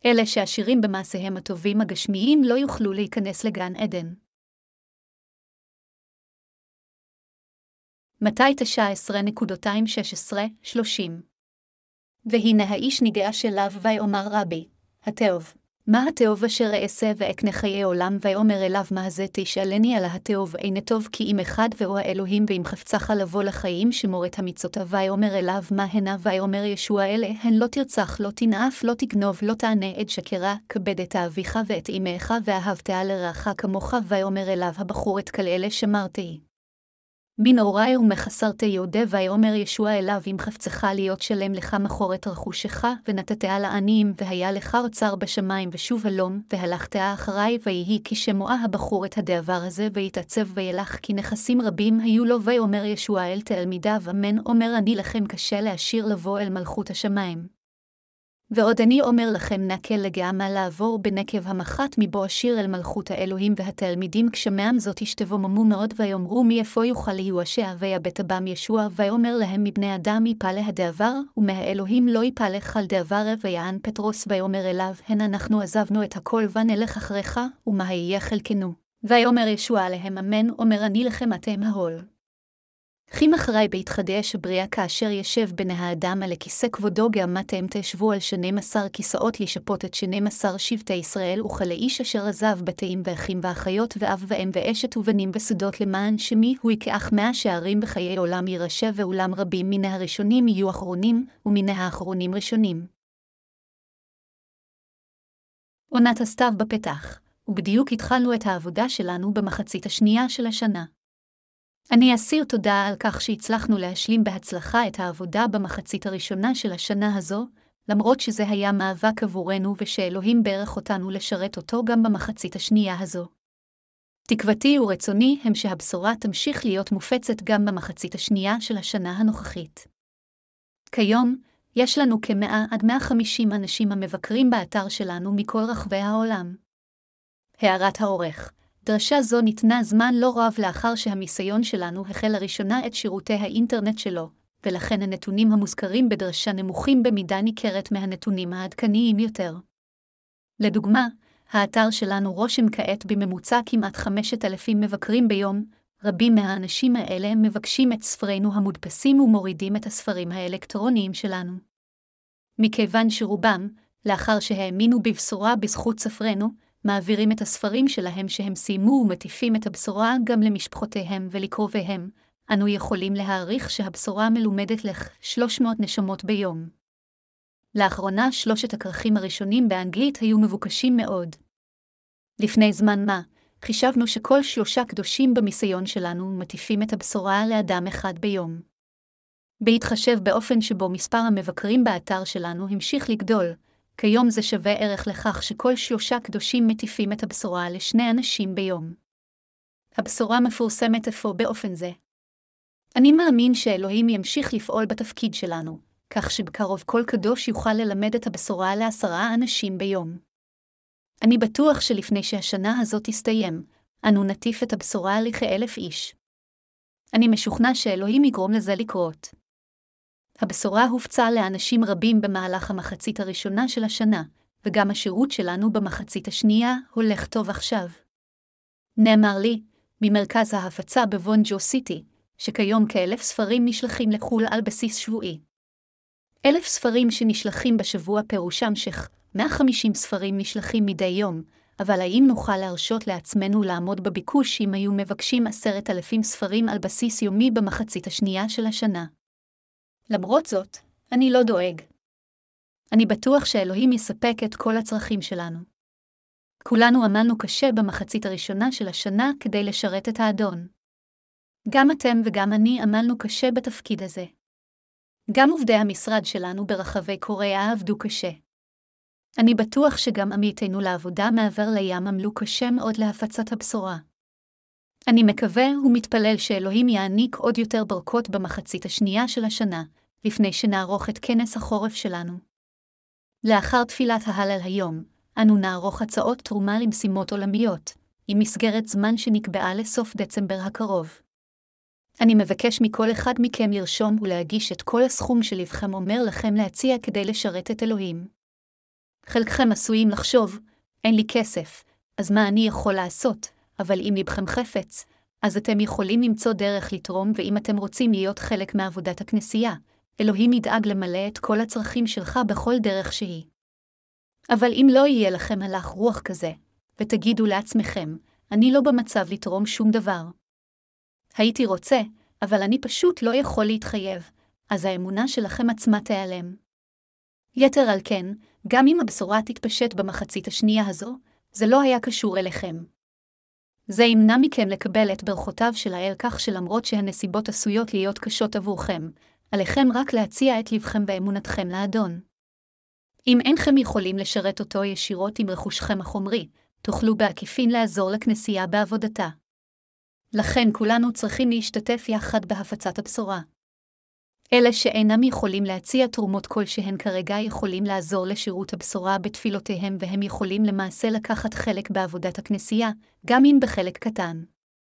אלה שעשירים במעשיהם הטובים הגשמיים לא יוכלו להיכנס לגן עדן. מתי 19:16-30 והנה האיש ניגש אליו ויאמר רבי, התאוב, מה התאוב אשר אעשה ואקנה חיי עולם? ויאמר אליו מה זה תשאלני על התאוב? אין טוב כי אם אחד והוא האלוהים ואם חפצך לבוא לחיים שמור את המצוותיו. ויאמר אליו מה הנה? ויאמר ישוע אלה הן לא תרצח, לא תנאף, לא תגנוב, לא תענה עד שקרה, כבד את אביך ואת אמך ואהבת לרעך כמוך. ויאמר אליו הבחור את כל אלה שמרתי בנעוריי ומחסרתי יהודה. ויאמר ישוע אליו אם חפצך להיות שלם לך מכור את רכושך ונתתה לעניים והיה לך אוצר בשמיים ושוב הלום והלכת אחריי. ויהי כי שמוע הבחור את הדבר הזה ויתעצב וילך כי נכסים רבים היו לו. ויאמר ישוע אל תלמידיו אמן אומר אני לכם קשה לעשיר לבוא אל מלכות השמיים. ועוד אני אומר לכם נקל לגמרי לעבור בנקב המחת מבוא עשיר אל מלכות האלוהים. והתלמידים כשמעם זאת השתבוממו מאוד ויאמרו מאיפה יוכל להיוושע? ויבט בם ישוע ויאמר להם מבני אדם יפעל הדבר ומהאלוהים לא יפעל כל דבר. ויען פטרוס ויאמר אליו הן אנחנו עזבנו את הכל ונלך אחריך ומה יהיה חלקנו? ויאמר ישוע עליהם אמן אומר אני לכם אתם ההול. חים אחרי בהתחדש הבריאה כאשר ישב בני האדם על הכיסא כבודו גם אתם תשבו על 12 כיסאות לשפוט את 12 שבטי ישראל וכל איש אשר עזב בתים ואחים ואחיות ואב ואם ואשת ובנים ושדות למען שמי הוא יקח 100 שערים בחיי עולם יירשע ואולם רבים מן הראשונים יהיו אחרונים ומן האחרונים ראשונים. עונת הסתיו בפתח, ובדיוק התחלנו את העבודה שלנו במחצית השנייה של השנה. אני אסיר תודה על כך שהצלחנו להשלים בהצלחה את העבודה במחצית הראשונה של השנה הזו, למרות שזה היה מאבק עבורנו ושאלוהים ברך אותנו לשרת אותו גם במחצית השנייה הזו. תקוותי ורצוני הם שהבשורה תמשיך להיות מופצת גם במחצית השנייה של השנה הנוכחית. כיום, יש לנו כ-100 עד 150 אנשים המבקרים באתר שלנו מכל רחבי העולם. הערת העורך דרשה זו ניתנה זמן לא רב לאחר שהמיסיון שלנו החל לראשונה את שירותי האינטרנט שלו, ולכן הנתונים המוזכרים בדרשה נמוכים במידה ניכרת מהנתונים העדכניים יותר. לדוגמה, האתר שלנו רושם כעת בממוצע כמעט 5,000 מבקרים ביום. רבים מהאנשים האלה מבקשים את ספרינו המודפסים ומורידים את הספרים האלקטרוניים שלנו. מכיוון שרובם, לאחר שהאמינו בבשורה בזכות ספרינו, מעבירים את הספרים שלהם שהם סיימו ומטיפים את הבשורה גם למשפחותיהם ולקרוביהם, אנו יכולים להעריך שהבשורה מלומדת לך 300 נשמות ביום. לאחרונה 3 הכרכים הראשונים באנגלית היו מבוקשים מאוד. לפני זמן מה, חישבנו שכל 3 קדושים במיסיון שלנו מטיפים את הבשורה לאדם אחד ביום. בהתחשב באופן שבו מספר המבקרים באתר שלנו המשיך לגדול, כיום זה שווה ערך לכך שכל 3 קדושים מטיפים את הבשורה ל2 אנשים ביום. הבשורה מפורסמת אפוא באופן זה. אני מאמין שאלוהים ימשיך לפעול בתפקיד שלנו, כך שבקרוב כל קדוש יוכל ללמד את הבשורה ל10 אנשים ביום. אני בטוח שלפני שהשנה הזאת תסתיים, אנו נטיף את הבשורה לכ1,000 איש. אני משוכנע שאלוהים יגרום לזה לקרות. הבשורה הופצה לאנשים רבים במהלך המחצית הראשונה של השנה, וגם השירות שלנו במחצית השנייה הולך טוב עכשיו. נאמר לי, ממרכז ההפצה בוונג'ו סיטי, שכיום כ1,000 ספרים נשלחים לחו"ל על בסיס שבועי. 1,000 ספרים שנשלחים בשבוע פירושם 150 ספרים נשלחים מדי יום, אבל האם נוכל להרשות לעצמנו לעמוד בביקוש אם היו מבקשים 10,000 ספרים על בסיס יומי במחצית השנייה של השנה? למרות זאת, אני לא דואג. אני בטוח שאלוהים יספק את כל הצרכים שלנו. כולנו עמלנו קשה במחצית הראשונה של השנה כדי לשרת את האדון. גם אתם וגם אני עמלנו קשה בתפקיד הזה. גם עובדי המשרד שלנו ברחבי קוריאה עבדו קשה. אני בטוח שגם עמיתינו לעבודה מעבר לים עמלו קשה מאוד להפצת הבשורה. אני מקווה ומתפלל שאלוהים יעניק עוד יותר ברכות במחצית השנייה של השנה, לפני שנערוך את כנס החורף שלנו. לאחר תפילת ההלל היום, אנו נערוך הצעות תרומה למשימות עולמיות, עם מסגרת זמן שנקבעה לסוף דצמבר הקרוב. אני מבקש מכל אחד מכם לרשום ולהגיש את כל הסכום שלבכם אומר לכם להציע כדי לשרת את אלוהים. חלקכם עשויים לחשוב, אין לי כסף, אז מה אני יכול לעשות? אבל אם לבכם חפץ, אז אתם יכולים למצוא דרך לתרום, ואם אתם רוצים להיות חלק מעבודת הכנסייה, אלוהים ידאג למלא את כל הצרכים שלך בכל דרך שהיא. אבל אם לא יהיה לכם הלך רוח כזה, ותגידו לעצמכם, אני לא במצב לתרום שום דבר. הייתי רוצה, אבל אני פשוט לא יכול להתחייב, אז האמונה שלכם עצמה תיעלם. יתר על כן, גם אם הבשורה תתפשט במחצית השנייה הזו, זה לא היה קשור אליכם. זה ימנע מכם לקבל את ברכותיו של האל, כך שלמרות שהנסיבות עשויות להיות קשות עבורכם, עליכם רק להציע את לבכם ואמונתכם לאדון. אם אינכם יכולים לשרת אותו ישירות עם רכושכם החומרי, תוכלו בעקיפין לעזור לכנסייה בעבודתה. לכן כולנו צריכים להשתתף יחד בהפצת הבשורה. אלה שאינם יכולים להציע תרומות כלשהן כרגע יכולים לעזור לשירות הבשורה בתפילותיהם, והם יכולים למעשה לקחת חלק בעבודת הכנסייה, גם אם בחלק קטן.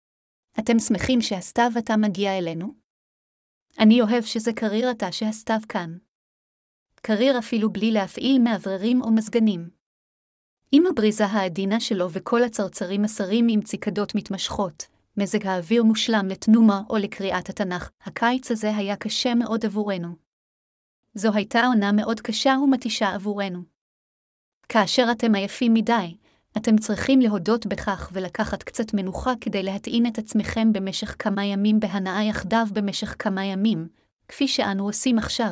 אתם שמחים שהסתיו עתה מגיע אלינו? אני אוהב שזה קריר עתה שהסתיו כאן. קריר אפילו בלי להפעיל מאווררים או מזגנים. עם הבריזה העדינה שלו וכל הצרצרים השרים עם ציקדות מתמשכות, מזג האוויר מושלם לתנומה או לקריאת התנ"ך, הקיץ הזה היה קשה מאוד עבורנו. זו הייתה עונה מאוד קשה ומתישה עבורנו. כאשר אתם עייפים מדי, אתם צריכים להודות בכך ולקחת קצת מנוחה כדי להטעין את עצמכם במשך כמה ימים בהנאה יחדיו במשך כמה ימים, כפי שאנו עושים עכשיו.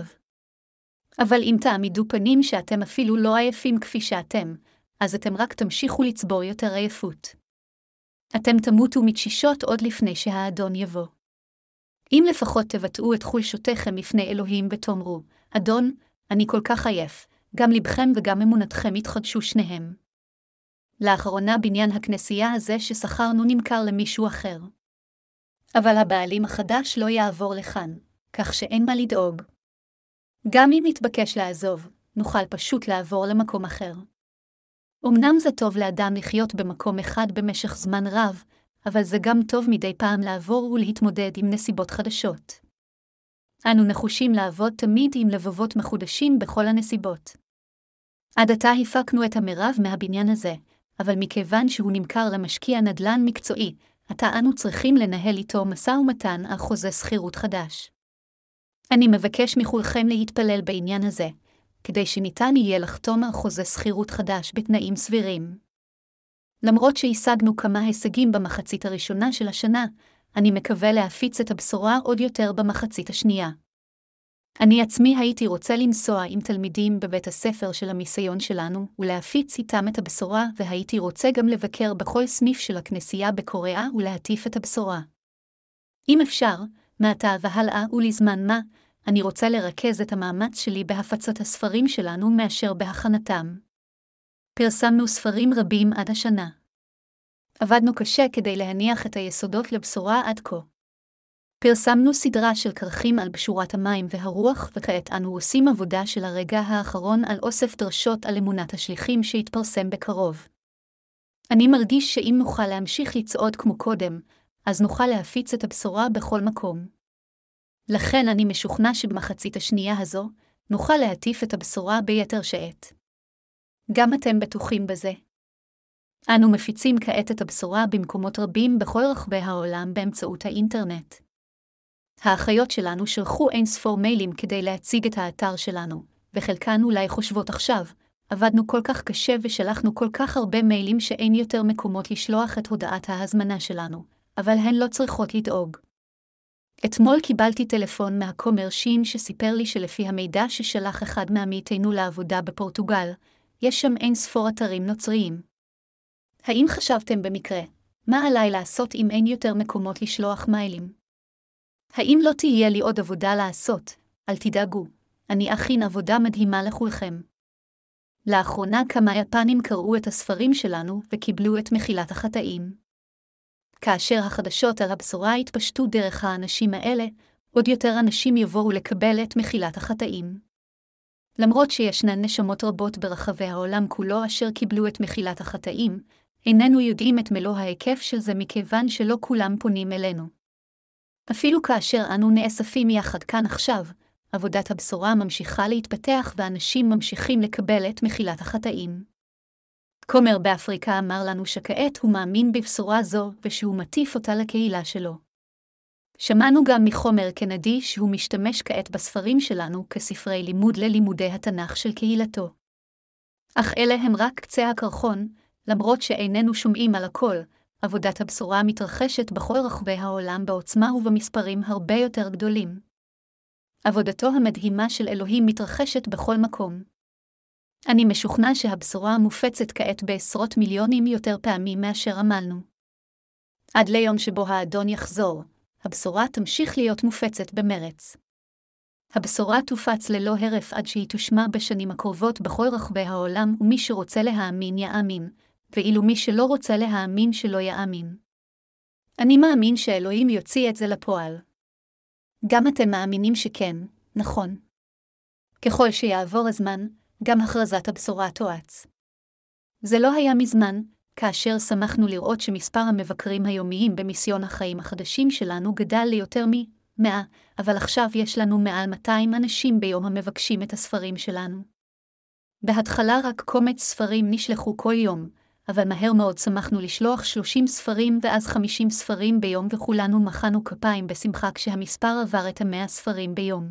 אבל אם תעמידו פנים שאתם אפילו לא עייפים כפי שאתם, אז אתם רק תמשיכו לצבור יותר עייפות. אתם תמותו מתשישות עוד לפני שהאדון יבוא. אם לפחות תבטאו את חולשותיכם לפני אלוהים ותאמרו, אדון, אני כל כך עייף, גם לבכם וגם אמונתכם יתחדשו שניהם. לאחרונה בניין הכנסייה הזה ששכרנו נמכר למישהו אחר. אבל הבעלים החדש לא יעבור לכאן, כך שאין מה לדאוג. גם אם יתבקש לעזוב, נוכל פשוט לעבור למקום אחר. אמנם זה טוב לאדם לחיות במקום אחד במשך זמן רב, אבל זה גם טוב מדי פעם לעבור ולהתמודד עם נסיבות חדשות. אנו נחושים לעבוד תמיד עם לבבות מחודשים בכל הנסיבות. עד עתה הפקנו את המרב מהבניין הזה, אבל מכיוון שהוא נמכר למשקיע נדל"ן מקצועי, עתה אנו צריכים לנהל איתו משא ומתן על חוזה שכירות חדש. אני מבקש מכולכם להתפלל בעניין הזה, כדי שניתן יהיה לחתום על חוזה שכירות חדש בתנאים סבירים. למרות שהשגנו כמה הישגים במחצית הראשונה של השנה, אני מקווה להפיץ את הבשורה עוד יותר במחצית השנייה. אני עצמי הייתי רוצה לנסוע עם תלמידים בבית הספר של המיסיון שלנו ולהפיץ איתם את הבשורה, והייתי רוצה גם לבקר בכל סניף של הכנסייה בקוריאה ולהטיף את הבשורה. אם אפשר, מעתה והלאה ולזמן מה, אני רוצה לרכז את המאמץ שלי בהפצת הספרים שלנו מאשר בהכנתם. פרסמנו ספרים רבים עד השנה. עבדנו קשה כדי להניח את היסודות לבשורה עד כה. פרסמנו סדרה של כרכים על בשורת המים והרוח, וכעת אנו עושים עבודה של הרגע האחרון על אוסף דרשות על אמונת השליחים שהתפרסם בקרוב. אני מרגיש שאם נוכל להמשיך לצעוד כמו קודם, אז נוכל להפיץ את הבשורה בכל מקום. לכן אני משוכנע שבמחצית השנייה הזו, נוכל להטיף את הבשורה ביתר שאת. גם אתם בטוחים בזה. אנו מפיצים כעת את הבשורה במקומות רבים בכל רחבי העולם באמצעות האינטרנט. האחיות שלנו שלחו אין ספור מיילים כדי להציג את האתר שלנו, וחלקן אולי חושבות עכשיו, עבדנו כל כך קשה ושלחנו כל כך הרבה מיילים שאין יותר מקומות לשלוח את הודעת ההזמנה שלנו, אבל הן לא צריכות לדאוג. אתמול קיבלתי טלפון מהכומר שין שסיפר לי שלפי המידע ששלח אחד מעמיתינו לעבודה בפורטוגל, יש שם אין ספור אתרים נוצריים. האם חשבתם במקרה, מה עליי לעשות אם אין יותר מקומות לשלוח מיילים? האם לא תהיה לי עוד עבודה לעשות? אל תדאגו, אני אכין עבודה מדהימה לכולכם. לאחרונה כמה יפנים קראו את הספרים שלנו וקיבלו את מחילת החטאים. כאשר החדשות על הבשורה יתפשטו דרך האנשים האלה, עוד יותר אנשים יבואו לקבל את מחילת החטאים. למרות שישנן נשמות רבות ברחבי העולם כולו אשר קיבלו את מחילת החטאים, איננו יודעים את מלוא ההיקף של זה מכיוון שלא כולם פונים אלינו. אפילו כאשר אנו נאספים יחד כאן עכשיו, עבודת הבשורה ממשיכה להתפתח ואנשים ממשיכים לקבל את מחילת החטאים. כומר באפריקה אמר לנו שכעת הוא מאמין בבשורה זו ושהוא מטיף אותה לקהילה שלו. שמענו גם מחומר קנדי שהוא משתמש כעת בספרים שלנו כספרי לימוד ללימודי התנ"ך של קהילתו. אך אלה הם רק קצה הקרחון, למרות שאיננו שומעים על הכל, עבודת הבשורה מתרחשת בכל רחבי העולם בעוצמה ובמספרים הרבה יותר גדולים. עבודתו המדהימה של אלוהים מתרחשת בכל מקום. אני משוכנע שהבשורה מופצת כעת בעשרות מיליונים יותר פעמים מאשר עמלנו. עד ליום שבו האדון יחזור, הבשורה תמשיך להיות מופצת במרץ. הבשורה תופץ ללא הרף עד שהיא תושמע בשנים הקרובות בכל רחבי העולם, ומי שרוצה להאמין יאמין, ואילו מי שלא רוצה להאמין שלא יאמין. אני מאמין שאלוהים יוציא את זה לפועל. גם אתם מאמינים שכן, נכון. ככל שיעבור הזמן, גם הכרזת הבשורה תואץ. זה לא היה מזמן, כאשר שמחנו לראות שמספר המבקרים היומיים במיסיון החיים החדשים שלנו גדל ליותר מ-100, אבל עכשיו יש לנו מעל 200 אנשים ביום המבקשים את הספרים שלנו. בהתחלה רק קומץ ספרים נשלחו כל יום, אבל מהר מאוד שמחנו לשלוח 30 ספרים ואז 50 ספרים ביום וכולנו מחאנו כפיים בשמחה כשהמספר עבר את 100 ספרים ביום.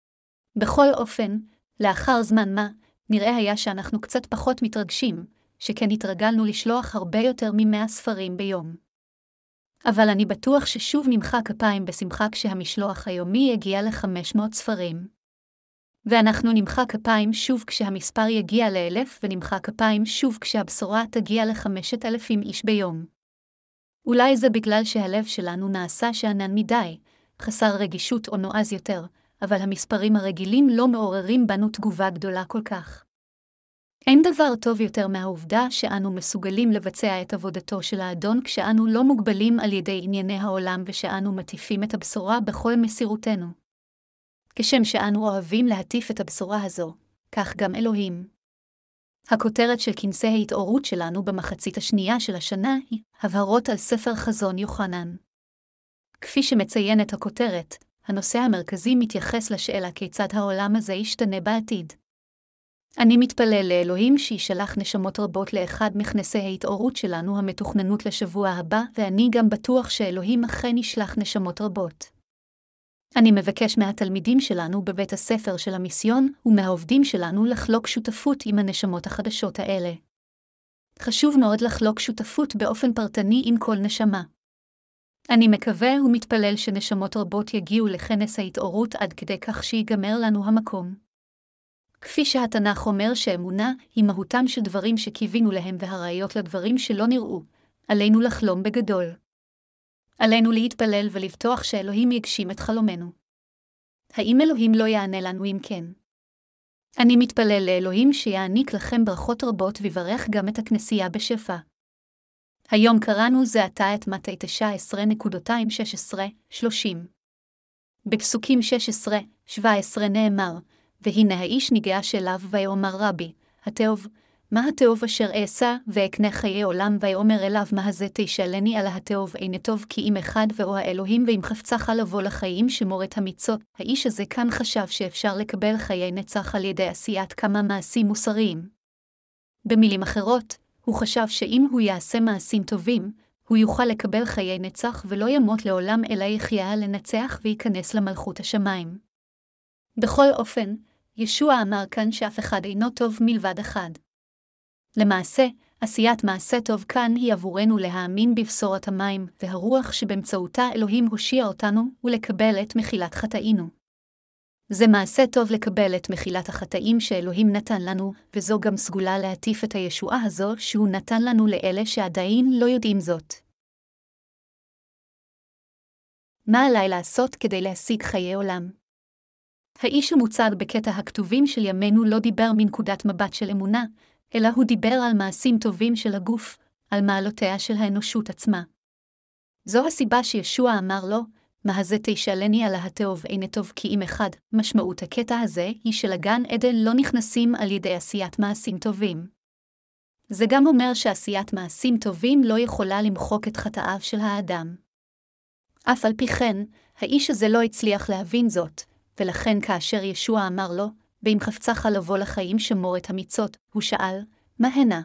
בכל אופן, לאחר זמן מה, נראה היה שאנחנו קצת פחות מתרגשים, שכן התרגלנו לשלוח הרבה יותר מ100 ספרים ביום. אבל אני בטוח ששוב נמחא כפיים בשמחה כשהמשלוח היומי יגיע ל500 ספרים. ואנחנו נמחא כפיים שוב כשהמספר יגיע ל1,000 ונמחא כפיים שוב כשהבשורה תגיע ל5,000 איש ביום. אולי זה בגלל שהלב שלנו נעשה שענן מדי, חסר רגישות או נועז יותר, אבל המספרים הרגילים לא מעוררים בנו תגובה גדולה כל כך. אין דבר טוב יותר מהעובדה שאנו מסוגלים לבצע את עבודתו של האדון כשאנו לא מוגבלים על ידי ענייני העולם ושאנו מטיפים את הבשורה בכל מסירותנו. כשם שאנו אוהבים להטיף את הבשורה הזו, כך גם אלוהים. הכותרת של כנסי ההתעוררות שלנו במחצית השנייה של השנה היא הבהרות על ספר חזון יוחנן. כפי שמציינת הכותרת, הנושא המרכזי מתייחס לשאלה כיצד העולם הזה ישתנה בעתיד. אני מתפלל לאלוהים שישלח נשמות רבות לאחד מכנסי ההתעוררות שלנו המתוכננות לשבוע הבא, ואני גם בטוח שאלוהים אכן ישלח נשמות רבות. אני מבקש מהתלמידים שלנו בבית הספר של המיסיון ומהעובדים שלנו לחלוק שותפות עם הנשמות החדשות האלה. חשוב מאוד לחלוק שותפות באופן פרטני עם כל נשמה. אני מקווה ומתפלל שנשמות רבות יגיעו לכנס ההתעוררות עד כדי כך שיגמר לנו המקום. כפי שהתנ"ך אומר שאמונה היא מהותם של דברים שקיווינו להם והראיות לדברים שלא נראו, עלינו לחלום בגדול. עלינו להתפלל ולבטוח שאלוהים יגשים את חלומנו. האם אלוהים לא יענה לנו אם כן? אני מתפלל לאלוהים שיעניק לכם ברכות רבות ויברך גם את הכנסייה בשפע. היום קראנו זה עתה את מתי 19:16-30. בפסוקים 16-17 נאמר, והנה האיש ניגש אליו ויאמר רבי, התאוב, מה התאוב אשר אעשה ואקנה חיי עולם ויאמר אליו מה זה תשאלני על התאוב אין טוב כי אם אחד ואו האלוהים ואם חפצך לבוא לחיים שמור את המצות. האיש הזה כאן חשב שאפשר לקבל חיי נצח על ידי עשיית כמה מעשים מוסריים. במילים אחרות, הוא חשב שאם הוא יעשה מעשים טובים, הוא יוכל לקבל חיי נצח ולא ימות לעולם אלא יחיה לנצח וייכנס למלכות השמיים. בכל אופן, ישוע אמר כאן שאף אחד אינו טוב מלבד אחד. למעשה, עשיית מעשה טוב כאן היא עבורנו להאמין בבשורת המים והרוח שבאמצעותה אלוהים הושיע אותנו ולקבל את מחילת חטאינו. זה מעשה טוב לקבל את מחילת החטאים שאלוהים נתן לנו, וזו גם סגולה להטיף את הישועה הזו שהוא נתן לנו לאלה שעדיין לא יודעים זאת. מה עליי לעשות כדי להשיג חיי עולם? האיש המוצג בקטע הכתובים של ימינו לא דיבר מנקודת מבט של אמונה, אלא הוא דיבר על מעשים טובים של הגוף, על מעלותיה של האנושות עצמה. זו הסיבה שישוע אמר לו, מה זה תשאלני על התאוב אין טוב כי אם אחד. משמעות הקטע הזה היא שלגן עדן לא נכנסים על ידי עשיית מעשים טובים. זה גם אומר שעשיית מעשים טובים לא יכולה למחוק את חטאיו של האדם. אף על פי כן, האיש הזה לא הצליח להבין זאת, ולכן כאשר ישוע אמר לו, ואם חפצך לבוא לחיים שמור את המצות, הוא שאל, מה הנה?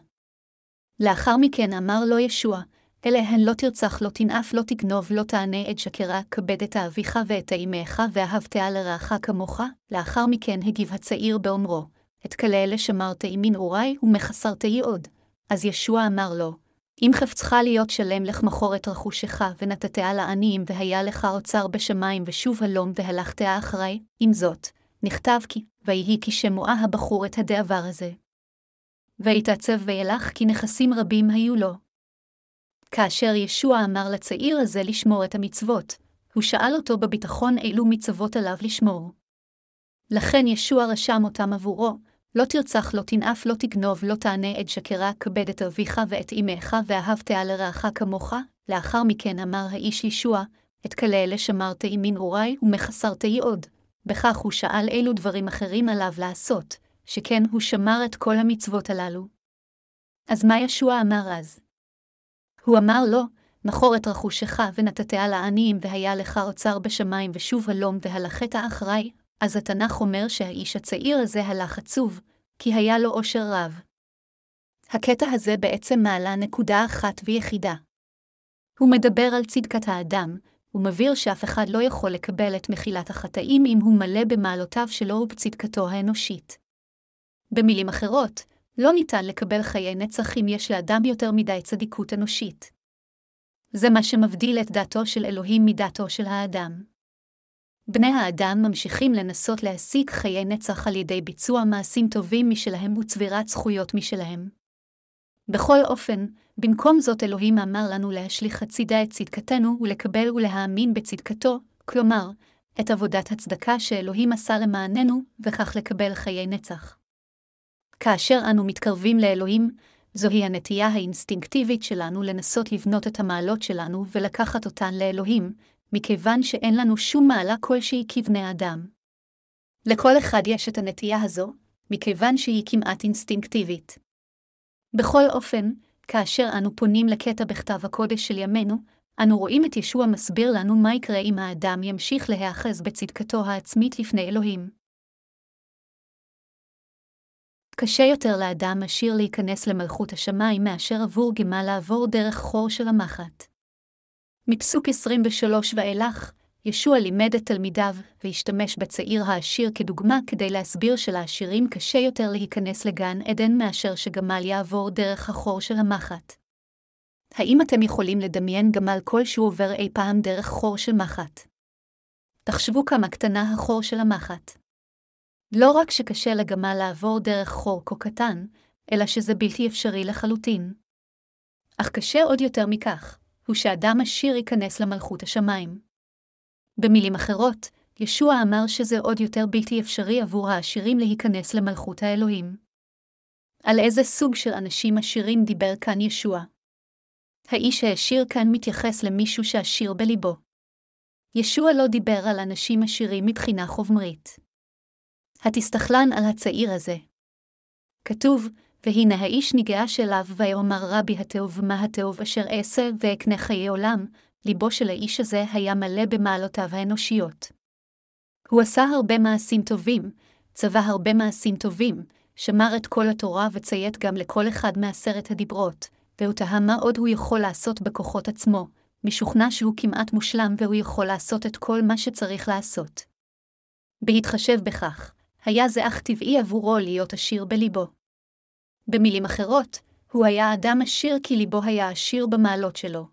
לאחר מכן אמר לו ישוע, אלה הן לא תרצח, לא תנאף, לא תגנוב, לא תענה עד שקרה, כבד את אביך ואת אמך ואהבת לרעך כמוך. לאחר מכן הגיב הצעיר באומרו, את כל אלה שמרת ימין אורי ומחסרת עוד. אז ישוע אמר לו, אם חפצך להיות שלם לך מכור את רכושך ונתתיה לעניים והיה לך אוצר בשמיים ושוב הלום והלכת אחרי, עם זאת, נכתב כי, ויהי כי שמוע הבחור את הדבר הזה. ויתעצב וילך כי נכסים רבים היו לו. כאשר ישוע אמר לצעיר הזה לשמור את המצוות, הוא שאל אותו בביטחון אילו מצוות עליו לשמור. לכן ישוע רשם אותם עבורו, לא תרצח, לא תנאף, לא תגנוב, לא תענה עד שקרה, כבד את אביך ואת אמך ואהבת לרעך כמוך. לאחר מכן אמר האיש ישוע, את כל אלה שמרת ימין אורי ומחסרת עוד. בכך הוא שאל אילו דברים אחרים עליו לעשות, שכן הוא שמר את כל המצוות הללו. אז מה ישוע אמר אז? הוא אמר לו, מכור את רכושך ונתתיה לעניים והיה לך אוצר בשמיים ושוב הלום והלכת אחרי. אז התנ"ך אומר שהאיש הצעיר הזה הלך עצוב, כי היה לו עושר רב. הקטע הזה בעצם מעלה נקודה אחת ויחידה. הוא מדבר על צדקת האדם, ומבהיר שאף אחד לא יכול לקבל את מחילת החטאים אם הוא מלא במעלותיו שלו ובצדקתו האנושית. במילים אחרות, לא ניתן לקבל חיי נצח אם יש לאדם יותר מדי צדיקות אנושית. זה מה שמבדיל את דעתו של אלוהים מדעתו של האדם. בני האדם ממשיכים לנסות להשיג חיי נצח על ידי ביצוע מעשים טובים משלהם וצבירת זכויות משלהם. בכל אופן, במקום זאת אלוהים אמר לנו להשליך הצידה את צדקתנו ולקבל ולהאמין בצדקתו, כלומר, את עבודת הצדקה שאלוהים עשה למעננו, וכך לקבל חיי נצח. כאשר אנו מתקרבים לאלוהים, זוהי הנטייה האינסטינקטיבית שלנו לנסות לבנות את המעלות שלנו ולקחת אותן לאלוהים, מכיוון שאין לנו שום מעלה כלשהי כבני אדם. לכל אחד יש את הנטייה הזו, מכיוון שהיא כמעט אינסטינקטיבית. בכל אופן, כאשר אנו פונים לקטע בכתב הקודש של ימינו, אנו רואים את ישוע מסביר לנו מה יקרה אם האדם ימשיך להיאחז בצדקתו העצמית לפני אלוהים. קשה יותר לאדם עשיר להיכנס למלכות השמיים מאשר עבור גמל לעבור דרך חור של המחט. מפסוק 23 ואילך, ישוע לימד את תלמידיו והשתמש בצעיר העשיר כדוגמה כדי להסביר שלעשירים קשה יותר להיכנס לגן עדן מאשר שגמל יעבור דרך החור של המחט. האם אתם יכולים לדמיין גמל כלשהו עובר אי פעם דרך חור של מחט? תחשבו כמה קטנה החור של המחט. לא רק שקשה לגמל לעבור דרך חור כה קטן, אלא שזה בלתי אפשרי לחלוטין. אך קשה עוד יותר מכך, הוא שאדם עשיר ייכנס למלכות השמיים. במילים אחרות, ישוע אמר שזה עוד יותר בלתי אפשרי עבור העשירים להיכנס למלכות האלוהים. על איזה סוג של אנשים עשירים דיבר כאן ישוע? האיש העשיר כאן מתייחס למישהו שעשיר בליבו. ישוע לא דיבר על אנשים עשירים מבחינה חומרית. התסתכלן על הצעיר הזה. כתוב, והנה האיש ניגש אליו ויאמר רבי הטוב מה הטוב אשר אעשה ואקנה חיי עולם, ליבו של האיש הזה היה מלא במעלותיו האנושיות. הוא עשה הרבה מעשים טובים, צבא הרבה מעשים טובים, שמר את כל התורה וציית גם לכל אחד מ10 הדיברות, והוא תהה מה עוד הוא יכול לעשות בכוחות עצמו, משוכנע שהוא כמעט מושלם והוא יכול לעשות את כל מה שצריך לעשות. בהתחשב בכך, היה זה אך טבעי עבורו להיות עשיר בליבו. במילים אחרות, הוא היה אדם עשיר כי ליבו היה עשיר במעלות שלו.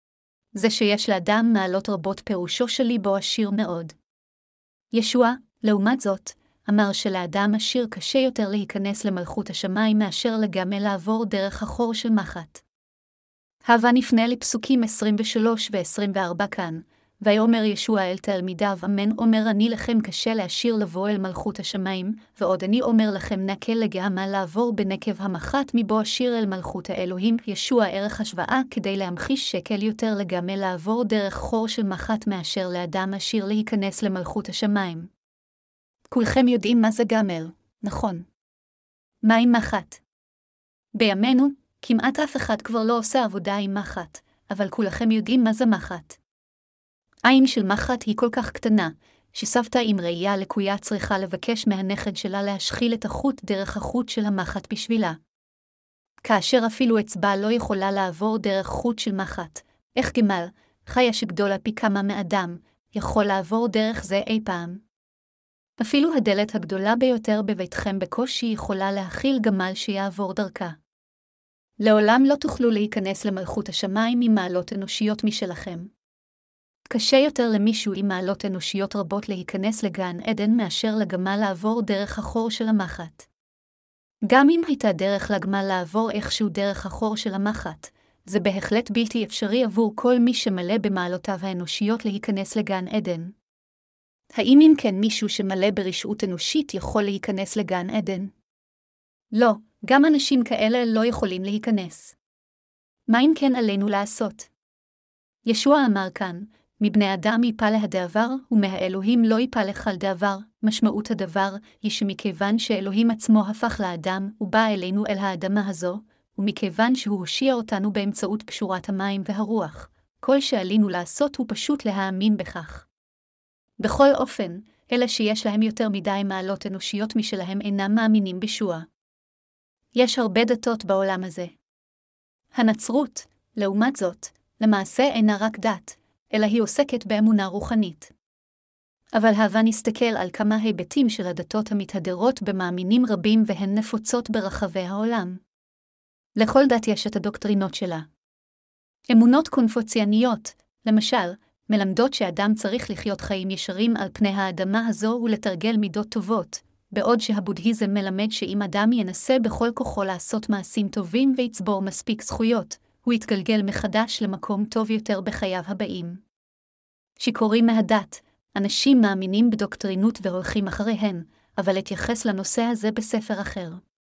זה שיש לאדם מעלות רבות פירושו של ליבו עשיר מאוד. ישוע, לעומת זאת, אמר שלאדם עשיר קשה יותר להיכנס למלכות השמיים מאשר לגמל לעבור דרך החור של מחט. הבה נפנה לפסוקים 23 ו-24 כאן, ויאמר ישוע אל תלמידיו אמן אומר אני לכם קשה לעשיר לבוא אל מלכות השמיים, ועוד אני אומר לכם נקל לגמל לעבור בנקב המחט מבוא עשיר אל מלכות האלוהים. ישוע ערך השוואה כדי להמחיש שקל יותר לגמל לעבור דרך חור של מחט מאשר לאדם עשיר להיכנס למלכות השמיים. כולכם יודעים מה זה גמל, נכון? מה עם מחט? בימינו, כמעט אף אחד כבר לא עושה עבודה עם מחט, אבל כולכם יודעים מה זה מחט. עין של מחט היא כל כך קטנה, שסבתא עם ראייה לקויה צריכה לבקש מהנכד שלה להשחיל את החוט דרך החוט של המחט בשבילה. כאשר אפילו אצבע לא יכולה לעבור דרך חוט של מחט, איך גמל, חיה שגדולה פי כמה מאדם, יכול לעבור דרך זה אי פעם? אפילו הדלת הגדולה ביותר בביתכם בקושי יכולה להכיל גמל שיעבור דרכה. לעולם לא תוכלו להיכנס למלכות השמיים עם מעלות אנושיות משלכם. קשה יותר למישהו עם מעלות אנושיות רבות להיכנס לגן עדן מאשר לגמל לעבור דרך החור של המחט. גם אם הייתה דרך לגמל לעבור איכשהו דרך החור של המחט, זה בהחלט בלתי אפשרי עבור כל מי שמלא במעלותיו האנושיות להיכנס לגן עדן. האם אם כן מישהו שמלא ברשעות אנושית יכול להיכנס לגן עדן? לא, גם אנשים כאלה לא יכולים להיכנס. מה אם כן עלינו לעשות? ישוע אמר כאן, מבני אדם יפל הדבר, ומהאלוהים לא יפל כל דבר. משמעות הדבר היא שמכיוון שאלוהים עצמו הפך לאדם, ובא אלינו אל האדמה הזו, ומכיוון שהוא הושיע אותנו באמצעות קשורת המים והרוח, כל שעלינו לעשות הוא פשוט להאמין בכך. בכל אופן, אלה שיש להם יותר מדי מעלות אנושיות משלהם אינם מאמינים בישוע. יש הרבה דתות בעולם הזה. הנצרות, לעומת זאת, למעשה אינה רק דת, אלא היא עוסקת באמונה רוחנית. אבל הבה נסתכל על כמה היבטים של הדתות המתהדרות במאמינים רבים והן נפוצות ברחבי העולם. לכל דת יש את הדוקטרינות שלה. אמונות קונפוציאניות, למשל, מלמדות שאדם צריך לחיות חיים ישרים על פני האדמה הזו ולתרגל מידות טובות, בעוד שהבודהיזם מלמד שאם אדם ינסה בכל כוחו לעשות מעשים טובים ויצבור מספיק זכויות, הוא יתגלגל מחדש למקום טוב יותר בחייו הבאים. שיכורים מהדת, אנשים מאמינים בדוקטרינות והולכים אחריהן, אבל התייחס לנושא הזה בספר אחר.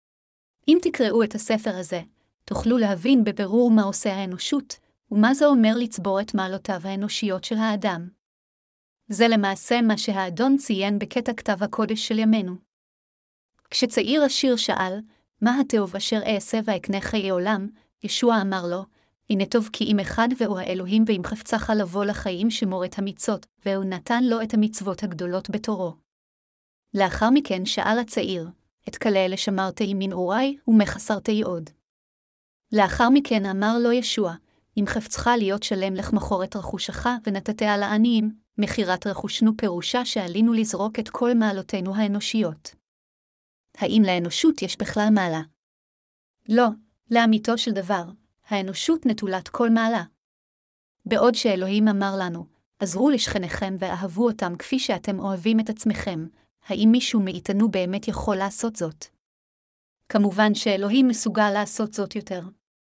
אם תקראו את הספר הזה, תוכלו להבין בבירור מה עושה האנושות, ומה זה אומר לצבור את מעלותיו האנושיות של האדם. זה למעשה מה שהאדון ציין בקטע כתב הקודש של ימינו. כשצעיר עשיר שאל, מה הטוב אשר אעשה ואקנה חיי עולם, ישוע אמר לו, הנה טוב כי אם אחד והוא האלוהים ואם חפצך לבוא לחיים שמור את המצות, והוא נתן לו את המצוות הגדולות בתורו. לאחר מכן שאל הצעיר, את כלה שמרתי מנעורי ומחסרתי עוד. לאחר מכן אמר לו ישוע, אם חפצך להיות שלם לך מכור את רכושך ונתת על העניים, מכירת רכושנו פירושה שעלינו לזרוק את כל מעלותינו האנושיות. האם לאנושות יש בכלל מעלה? לא, לאמיתו של דבר, האנושות נטולת כל מעלה. בעוד שאלוהים אמר לנו, עזרו לשכניכם ואהבו אותם כפי שאתם אוהבים את עצמכם, האם מישהו מאיתנו באמת יכול לעשות זאת? כמובן שאלוהים מסוגל לעשות זאת יותר.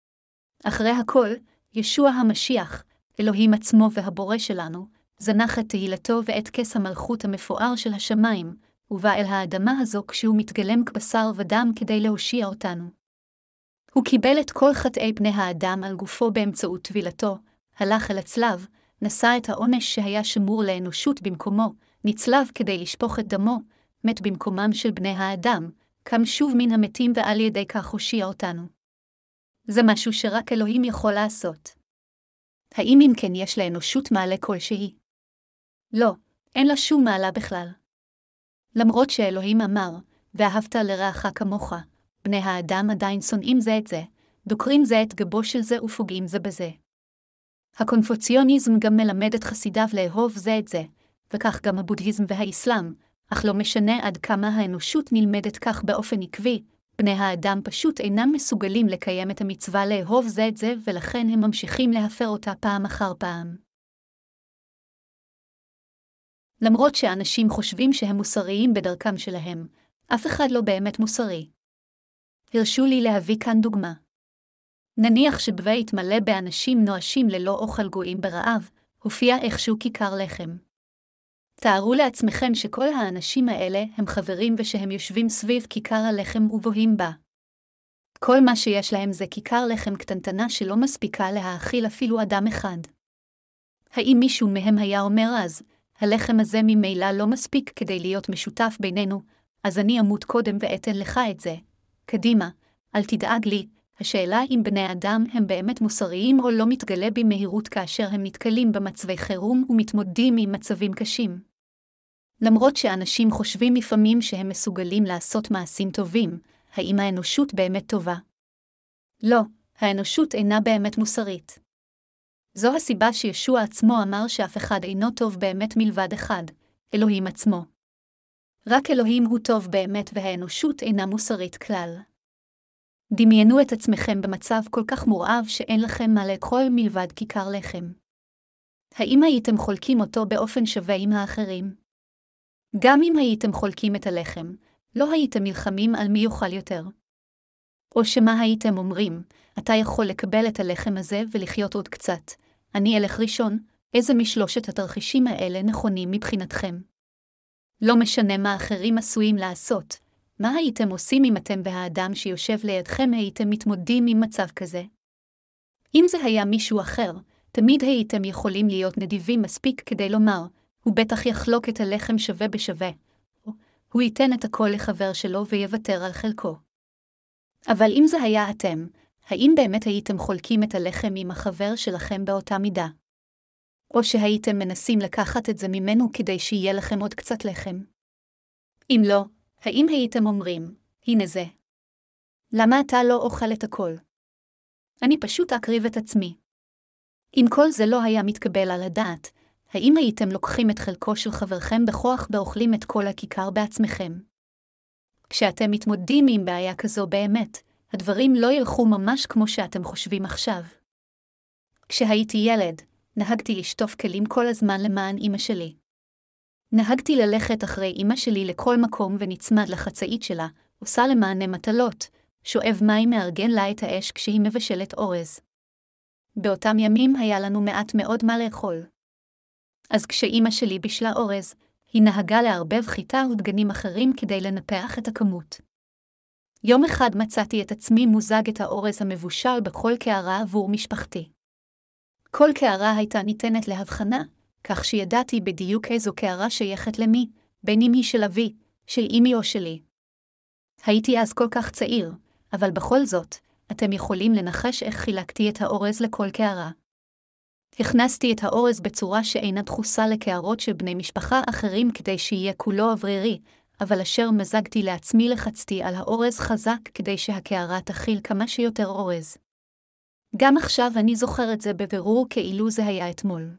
אחרי הכל, ישוע המשיח, אלוהים עצמו והבורא שלנו, זנח את תהילתו ואת כס המלכות המפואר של השמיים, ובא אל האדמה הזו כשהוא מתגלם כבשר ודם כדי להושיע אותנו. הוא קיבל את כל חטאי בני האדם על גופו באמצעות טבילתו, הלך אל הצלב, נשא את העונש שהיה שמור לאנושות במקומו, נצלב כדי לשפוך את דמו, מת במקומם של בני האדם, קם שוב מן המתים ועל ידי כך הושיע אותנו. זה משהו שרק אלוהים יכול לעשות. האם אם כן יש לאנושות מעלה כלשהי? לא, אין לה שום מעלה בכלל. למרות שאלוהים אמר, ואהבת לרעך כמוך, בני האדם עדיין שונאים זה את זה, דוקרים זה את גבו של זה ופוגעים זה בזה. הקונפוציוניזם גם מלמד את חסידיו לאהוב זה את זה, וכך גם הבודהיזם והאסלאם, אך לא משנה עד כמה האנושות נלמדת כך באופן עקבי, בני האדם פשוט אינם מסוגלים לקיים את המצווה לאהוב זה את זה ולכן הם ממשיכים להפר אותה פעם אחר פעם. למרות שאנשים חושבים שהם מוסריים בדרכם שלהם, אף אחד לא באמת מוסרי. הרשו לי להביא כאן דוגמה. נניח שבבית מלא באנשים נואשים ללא אוכל גויים ברעב, הופיע איכשהו כיכר לחם. תארו לעצמכם שכל האנשים האלה הם חברים ושהם יושבים סביב כיכר הלחם ובוהים בה. כל מה שיש להם זה כיכר לחם קטנטנה שלא מספיקה להאכיל אפילו אדם אחד. האם מישהו מהם היה אומר אז, הלחם הזה ממילא לא מספיק כדי להיות משותף בינינו, אז אני אמות קודם ואתן לך את זה. קדימה, אל תדאג לי, השאלה אם בני אדם הם באמת מוסריים או לא מתגלה במהירות כאשר הם נתקלים במצבי חירום ומתמודדים עם מצבים קשים. למרות שאנשים חושבים לפעמים שהם מסוגלים לעשות מעשים טובים, האם האנושות באמת טובה? לא, האנושות אינה באמת מוסרית. זו הסיבה שישוע עצמו אמר שאף אחד אינו טוב באמת מלבד אחד, אלוהים עצמו. רק אלוהים הוא טוב באמת והאנושות אינה מוסרית כלל. דמיינו את עצמכם במצב כל כך מורעב שאין לכם מה לאכול מלבד כיכר לחם. האם הייתם חולקים אותו באופן שווה עם האחרים? גם אם הייתם חולקים את הלחם, לא הייתם נלחמים על מי יאכל יותר. או שמה הייתם אומרים, אתה יכול לקבל את הלחם הזה ולחיות עוד קצת, אני אלך ראשון, איזה משלושת התרחישים האלה נכונים מבחינתכם? לא משנה מה אחרים עשויים לעשות, מה הייתם עושים אם אתם והאדם שיושב לידכם הייתם מתמודדים עם מצב כזה? אם זה היה מישהו אחר, תמיד הייתם יכולים להיות נדיבים מספיק כדי לומר, הוא בטח יחלוק את הלחם שווה בשווה, או הוא ייתן את הכל לחבר שלו ויוותר על חלקו. אבל אם זה היה אתם, האם באמת הייתם חולקים את הלחם עם החבר שלכם באותה מידה? או שהייתם מנסים לקחת את זה ממנו כדי שיהיה לכם עוד קצת לחם? אם לא, האם הייתם אומרים, הנה זה? למה אתה לא אוכל את הכל? אני פשוט אקריב את עצמי. אם כל זה לא היה מתקבל על הדעת, האם הייתם לוקחים את חלקו של חברכם בכוח ואוכלים את כל הכיכר בעצמכם? כשאתם מתמודדים עם בעיה כזו באמת, הדברים לא ילכו ממש כמו שאתם חושבים עכשיו. כשהייתי ילד, נהגתי לשטוף כלים כל הזמן למען אמא שלי. נהגתי ללכת אחרי אמא שלי לכל מקום ונצמד לחצאית שלה, עושה למענה מטלות, שואב מים מארגן לה את האש כשהיא מבשלת אורז. באותם ימים היה לנו מעט מאוד מה לאכול. אז כשאמא שלי בישלה אורז, היא נהגה לערבב חיטה ודגנים אחרים כדי לנפח את הכמות. יום אחד מצאתי את עצמי מוזג את האורז המבושל בכל קערה עבור משפחתי. כל קערה הייתה ניתנת להבחנה, כך שידעתי בדיוק איזו קערה שייכת למי, בין אם היא של אבי, של אמי או שלי. הייתי אז כל כך צעיר, אבל בכל זאת, אתם יכולים לנחש איך חילקתי את האורז לכל קערה. הכנסתי את האורז בצורה שאינה דחוסה לקערות של בני משפחה אחרים כדי שיהיה כולו אוורירי, אבל אשר מזגתי לעצמי לחצתי על האורז חזק כדי שהקערה תכיל כמה שיותר אורז. גם עכשיו אני זוכר את זה בבירור כאילו זה היה אתמול.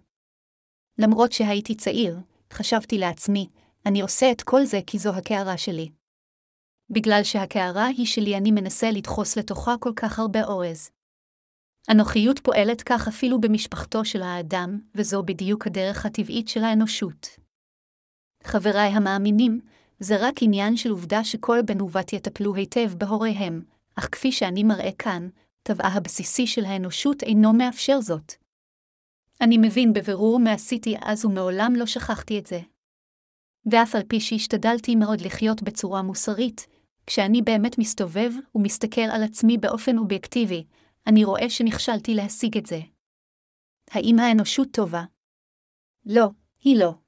למרות שהייתי צעיר, חשבתי לעצמי, אני עושה את כל זה כי זו הקערה שלי. בגלל שהקערה היא שלי אני מנסה לדחוס לתוכה כל כך הרבה אורז. אנוכיות פועלת כך אפילו במשפחתו של האדם, וזו בדיוק הדרך הטבעית של האנושות. חבריי המאמינים, זה רק עניין של עובדה שכל בן ובת יטפלו היטב בהוריהם, אך כפי שאני מראה כאן, טבעה הבסיסי של האנושות אינו מאפשר זאת. אני מבין בבירור מה עשיתי אז ומעולם לא שכחתי את זה. ואף על פי שהשתדלתי מאוד לחיות בצורה מוסרית, כשאני באמת מסתובב ומסתכל על עצמי באופן אובייקטיבי, אני רואה שנכשלתי להשיג את זה. האם האנושות טובה? לא, היא לא.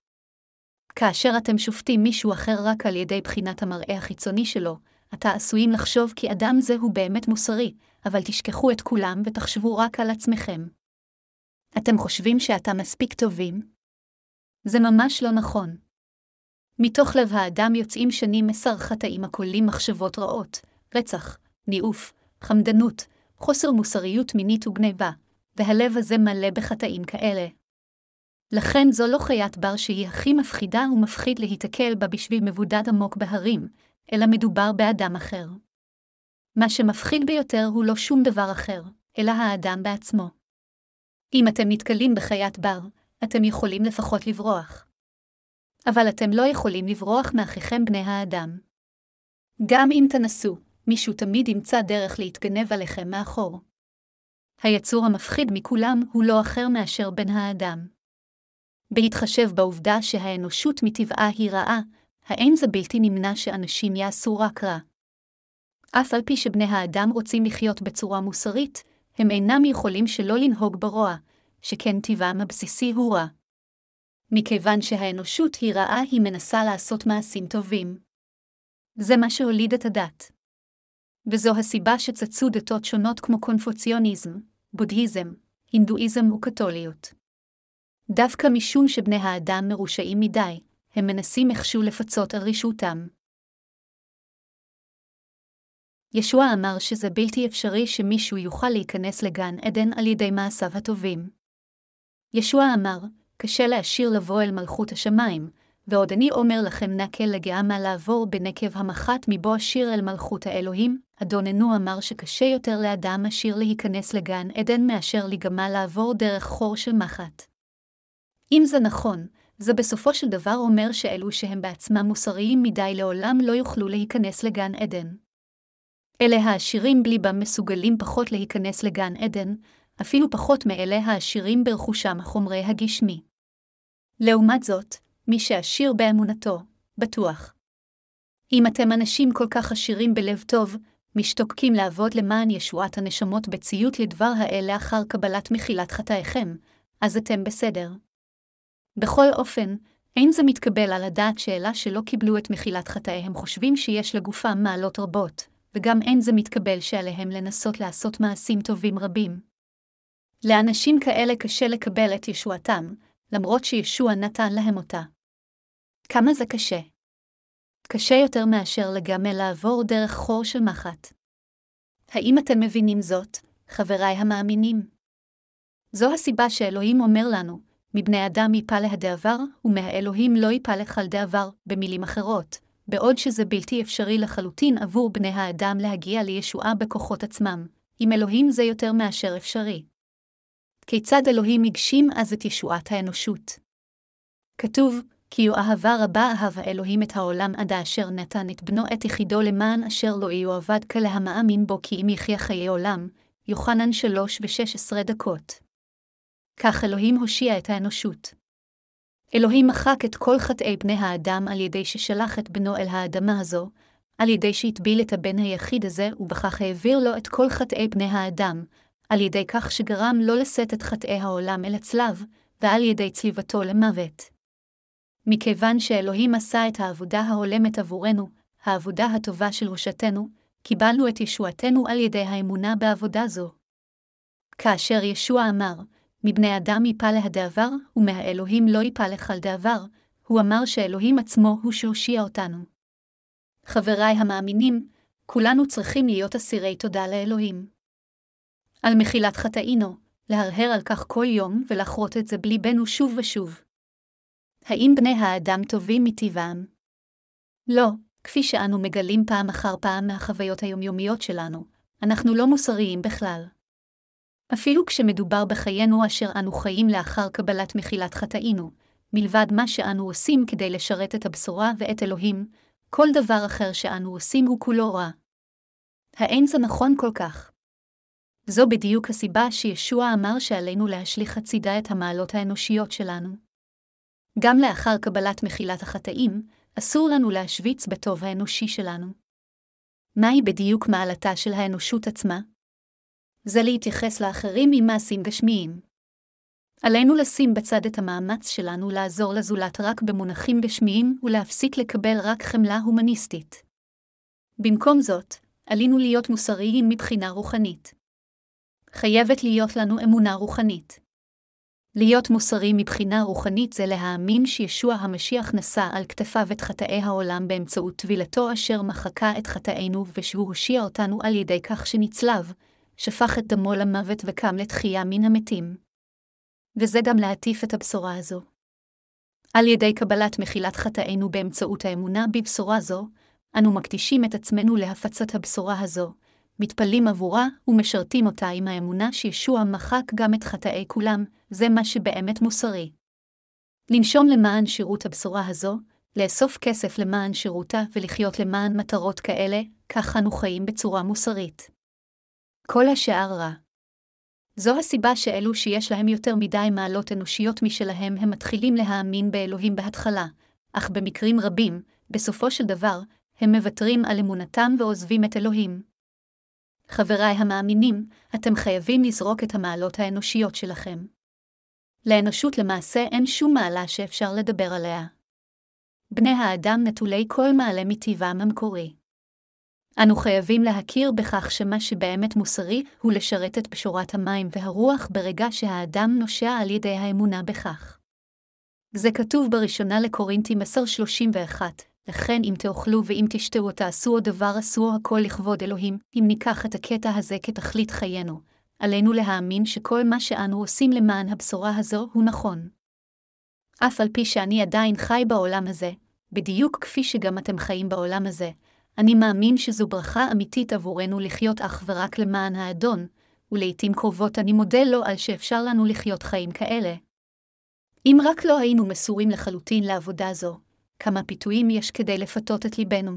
כאשר אתם שופטים מישהו אחר רק על ידי בחינת המראה החיצוני שלו, אתה עשויים לחשוב כי אדם זה הוא באמת מוסרי, אבל תשכחו את כולם ותחשבו רק על עצמכם. אתם חושבים שאתם מספיק טובים? זה ממש לא נכון. מתוך לב האדם יוצאים שנים מסר חטאים הכוללים מחשבות רעות, רצח, ניאוף, חמדנות, חוסר מוסריות מינית וגניבה, והלב הזה מלא בחטאים כאלה. לכן זו לא חיית בר שהיא הכי מפחידה ומפחיד להתקל בה בשביל מבודד עמוק בהרים, אלא מדובר באדם אחר. מה שמפחיד ביותר הוא לא שום דבר אחר, אלא האדם בעצמו. אם אתם נתקלים בחיית בר, אתם יכולים לפחות לברוח. אבל אתם לא יכולים לברוח מאחיכם בני האדם. גם אם תנסו, מישהו תמיד ימצא דרך להתגנב עליכם מאחור. היצור המפחיד מכולם הוא לא אחר מאשר בן האדם. בהתחשב בעובדה שהאנושות מטבעה היא רעה, האין זה בלתי נמנע שאנשים יעשו רק רע. אף על פי שבני האדם רוצים לחיות בצורה מוסרית, הם אינם יכולים שלא לנהוג ברוע, שכן טבעם הבסיסי הוא רע. מכיוון שהאנושות היא רעה, היא מנסה לעשות מעשים טובים. זה מה שהוליד את הדת. וזו הסיבה שצצו דתות שונות כמו קונפוציוניזם, בודהיזם, הינדואיזם וקתוליות. דווקא משום שבני האדם מרושעים מדי, הם מנסים איכשהו לפצות על רשעותם. ישוע אמר שזה בלתי אפשרי שמישהו יוכל להיכנס לגן עדן על ידי מעשיו הטובים. ישוע אמר, קשה לעשיר לבוא אל מלכות השמיים, ועוד אני אומר לכם נקל לגעמה לעבור בנקב המחט מבוא עשיר אל מלכות האלוהים. אדוננו אמר שקשה יותר לאדם עשיר להיכנס לגן עדן מאשר לגמה לעבור דרך חור של מחט. אם זה נכון, זה בסופו של דבר אומר שאלו שהם בעצמם מוסריים מדי לעולם לא יוכלו להיכנס לגן עדן. אלה העשירים בליבם מסוגלים פחות להיכנס לגן עדן, אפילו פחות מאלה העשירים ברכושם החומרי הגשמי. לעומת זאת, מי שעשיר באמונתו, בטוח. אם אתם אנשים כל כך עשירים בלב טוב, משתוקקים לעבוד למען ישועת הנשמות בציות לדבר האל לאחר קבלת מחילת חטאיכם, אז אתם בסדר. בכל אופן, אין זה מתקבל על הדעת שאלה שלא קיבלו את מחילת חטאיהם חושבים שיש לגופם מעלות רבות, וגם אין זה מתקבל שעליהם לנסות לעשות מעשים טובים רבים. לאנשים כאלה קשה לקבל את ישועתם, למרות שישוע נתן להם אותה. כמה זה קשה? קשה יותר מאשר לגמרי לעבור דרך חור של מחט. האם אתם מבינים זאת, חבריי המאמינים? זו הסיבה שאלוהים אומר לנו, מבני אדם ייפל הדעבר, ומהאלוהים לא ייפל כל דעבר, במילים אחרות, בעוד שזה בלתי אפשרי לחלוטין עבור בני האדם להגיע לישועה בכוחות עצמם, עם אלוהים זה יותר מאשר אפשרי. כיצד אלוהים הגשים אז את ישועת האנושות? כתוב, כי אהבה רבה אהב האלוהים את העולם עד אשר נתן את בנו את יחידו למען אשר לא יאבד כל המאמין בו כי אם יחיה חיי עולם, יוחנן 3:16. כך אלוהים הושיע את האנושות. אלוהים מחק את כל חטאי בני האדם על ידי ששלח את בנו אל האדמה הזו, על ידי שהטביל את הבן היחיד הזה ובכך העביר לו את כל חטאי בני האדם, על ידי כך שגרם לא לשאת את חטאי העולם אל הצלב, ועל ידי צליבתו למוות. מכיוון שאלוהים עשה את העבודה ההולמת עבורנו, העבודה הטובה של הושעתנו, קיבלנו את ישועתנו על ידי האמונה בעבודה זו. כאשר ישוע אמר, מבני אדם ייפל הדעבר, ומהאלוהים לא ייפל כל דעבר, הוא אמר שאלוהים עצמו הוא שהושיע אותנו. חבריי המאמינים, כולנו צריכים להיות אסירי תודה לאלוהים. על מחילת חטאינו, להרהר על כך כל יום ולחרות את זה בליבנו שוב ושוב. האם בני האדם טובים מטבעם? לא, כפי שאנו מגלים פעם אחר פעם מהחוויות היומיומיות שלנו, אנחנו לא מוסריים בכלל. אפילו כשמדובר בחיינו אשר אנו חיים לאחר קבלת מחילת חטאינו, מלבד מה שאנו עושים כדי לשרת את הבשורה ואת אלוהים, כל דבר אחר שאנו עושים הוא כולו רע. האין זה נכון כל כך? זו בדיוק הסיבה שישוע אמר שעלינו להשליך הצידה את המעלות האנושיות שלנו. גם לאחר קבלת מחילת החטאים, אסור לנו להשוויץ בטוב האנושי שלנו. מהי בדיוק מעלתה של האנושות עצמה? זה להתייחס לאחרים עם מעשים גשמיים. עלינו לשים בצד את המאמץ שלנו לעזור לזולת רק במונחים גשמיים ולהפסיק לקבל רק חמלה הומניסטית. במקום זאת, עלינו להיות מוסריים מבחינה רוחנית. חייבת להיות לנו אמונה רוחנית. להיות מוסרי מבחינה רוחנית זה להאמין שישוע המשיח נשא על כתפיו את חטאי העולם באמצעות טבילתו אשר מחקה את חטאינו ושהוא הושיע אותנו על ידי כך שנצלב, שפך את דמו למוות וקם לתחייה מן המתים. וזה גם להטיף את הבשורה הזו. על ידי קבלת מחילת חטאינו באמצעות האמונה בבשורה זו, אנו מקדישים את עצמנו להפצת הבשורה הזו, מתפלים עבורה ומשרתים אותה עם האמונה שישוע מחק גם את חטאי כולם, זה מה שבאמת מוסרי. לנשום למען שירות הבשורה הזו, לאסוף כסף למען שירותה ולחיות למען מטרות כאלה, כך אנו חיים בצורה מוסרית. כל השאר רע. זו הסיבה שאלו שיש להם יותר מדי מעלות אנושיות משלהם הם מתחילים להאמין באלוהים בהתחלה, אך במקרים רבים, בסופו של דבר, הם מוותרים על אמונתם ועוזבים את אלוהים. חבריי המאמינים, אתם חייבים לזרוק את המעלות האנושיות שלכם. לאנושות למעשה אין שום מעלה שאפשר לדבר עליה. בני האדם נטולי כל מעלה מטבעם המקורי. אנו חייבים להכיר בכך שמה שבאמת מוסרי הוא לשרת את בשורת המים והרוח ברגע שהאדם נושע על ידי האמונה בכך. זה כתוב בראשונה לקורינתים 10:31, לכן אם תאכלו ואם תשתו או תעשו עוד דבר עשו הכל לכבוד אלוהים. אם ניקח את הקטע הזה כתכלית חיינו, עלינו להאמין שכל מה שאנו עושים למען הבשורה הזו הוא נכון. אף על פי שאני עדיין חי בעולם הזה, בדיוק כפי שגם אתם חיים בעולם הזה, אני מאמין שזו ברכה אמיתית עבורנו לחיות אך ורק למען האדון, ולעיתים קרובות אני מודה לו על שאפשר לנו לחיות חיים כאלה. אם רק לא היינו מסורים לחלוטין לעבודה זו, כמה פיתויים יש כדי לפתות את ליבנו.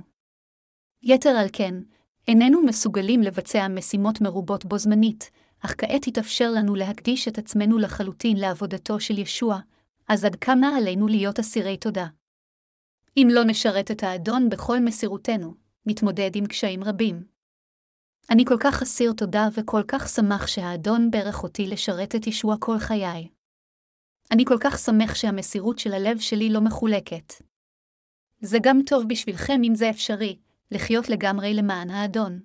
יתר על כן, איננו מסוגלים לבצע משימות מרובות בו זמנית, אך כעת יתאפשר לנו להקדיש את עצמנו לחלוטין לעבודתו של ישוע, אז עד כמה עלינו להיות אסירי תודה. אם לא נשרת את האדון בכל מסירותנו, נתמודד עם קשיים רבים. אני כל כך אסיר תודה וכל כך שמח שהאדון ברך אותי לשרת את ישוע כל חיי. אני כל כך שמח שהמסירות של הלב שלי לא מחולקת. זה גם טוב בשבילכם אם זה אפשרי, לחיות לגמרי למען האדון.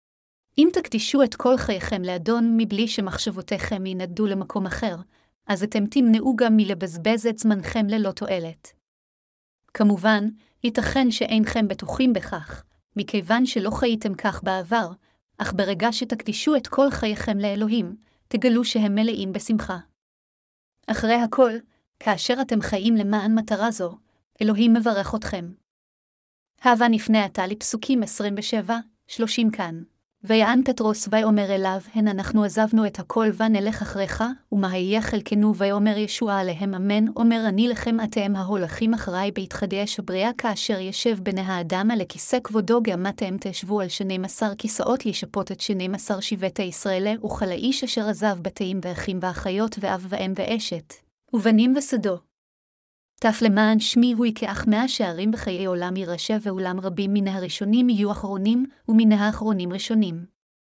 אם תקדישו את כל חייכם לאדון מבלי שמחשבותיכם ינדדו למקום אחר, אז אתם תמנעו גם מלבזבז את זמנכם ללא תועלת. כמובן, ייתכן שאינכם בטוחים בכך, מכיוון שלא חייתם כך בעבר, אך ברגע שתקדישו את כל חייכם לאלוהים, תגלו שהם מלאים בשמחה. אחרי הכל, כאשר אתם חיים למען מטרה זו, אלוהים מברך אתכם. הבה נפנה עתה לפסוקים 27-30 כאן. ויען פטרוס ויאמר אליו, הן אנחנו עזבנו את הכל ונלך אחריך, ומה יהיה חלקנו? ויאמר ישוע עליהם אמן, אומר אני לכם אתם ההולכים אחריי בהתחדש הבריאה, כאשר ישב בני האדם על הכיסא כבודו גם אתם תשבו על 12 כיסאות לשפוט את 12 שבטי ישראל, וכל האיש אשר עזב בתים ואחים ואחיות ואב ואם ואשת, ובנים ושדו. תף למען שמי הוא יקח 100 שערים בחיי עולם ירשע, ואולם רבים מן הראשונים יהיו אחרונים, ומן האחרונים ראשונים.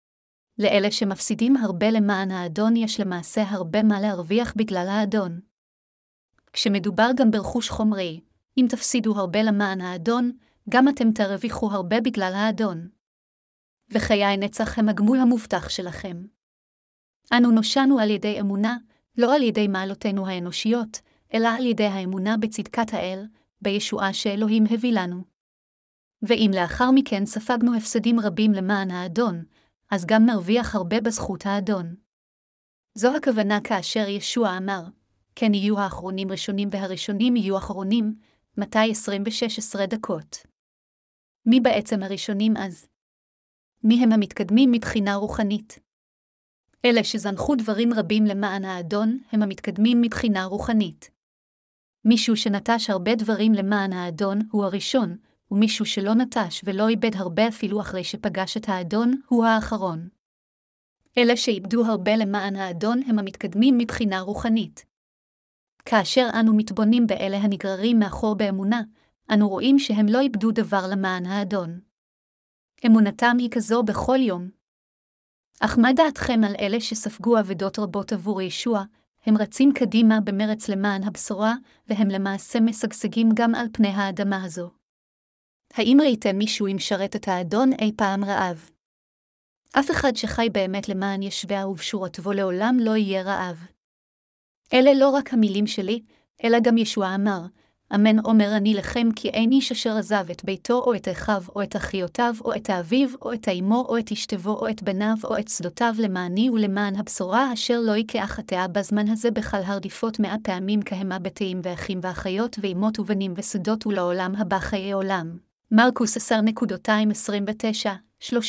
לאלה שמפסידים הרבה למען האדון יש למעשה הרבה מה להרוויח בגלל האדון. כשמדובר גם ברכוש חומרי, אם תפסידו הרבה למען האדון, גם אתם תרוויחו הרבה בגלל האדון. וחיי נצח הם הגמול המובטח שלכם. אנו נושענו על ידי אמונה, לא על ידי מעלותינו האנושיות, אלא על ידי האמונה בצדקת האל, בישועה שאלוהים הביא לנו. ואם לאחר מכן ספגנו הפסדים רבים למען האדון, אז גם נרוויח הרבה בזכות האדון. זו הכוונה כאשר ישוע אמר, כן יהיו האחרונים ראשונים והראשונים יהיו אחרונים, מתי 26 דקות. מי בעצם הראשונים אז? מי הם המתקדמים מבחינה רוחנית? אלה שזנחו דברים רבים למען האדון, הם המתקדמים מבחינה רוחנית. מישהו שנטש הרבה דברים למען האדון הוא הראשון, ומישהו שלא נטש ולא איבד הרבה אפילו אחרי שפגש את האדון הוא האחרון. אלה שאיבדו הרבה למען האדון הם המתקדמים מבחינה רוחנית. כאשר אנו מתבוננים באלה הנגררים מאחור באמונה, אנו רואים שהם לא איבדו דבר למען האדון. אמונתם היא כזו בכל יום. אך מה דעתכם על אלה שספגו אבדות רבות עבור ישוע? הם רצים קדימה במרץ למען הבשורה, והם למעשה משגשגים גם על פני האדמה הזו. האם ראיתם מישהו עם שרת את האדון אי פעם רעב? אף אחד שחי באמת למען ישוע ובשורתו לעולם לא יהיה רעב. אלה לא רק המילים שלי, אלא גם ישוע אמר, אמן אומר אני לכם כי אין איש אשר עזב את ביתו או את אחיו או את אחיותיו או את אביו או את אמו או את אשתו או את בניו או את שדותיו למעני ולמען הבשורה אשר לא יקח חטאה בזמן הזה בכל הרדיפות 100 פעמים כהמה בתים ואחים ואחיות ואמות ובנים ושדות ולעולם הבא חיי עולם. מרקוס 10:29-30.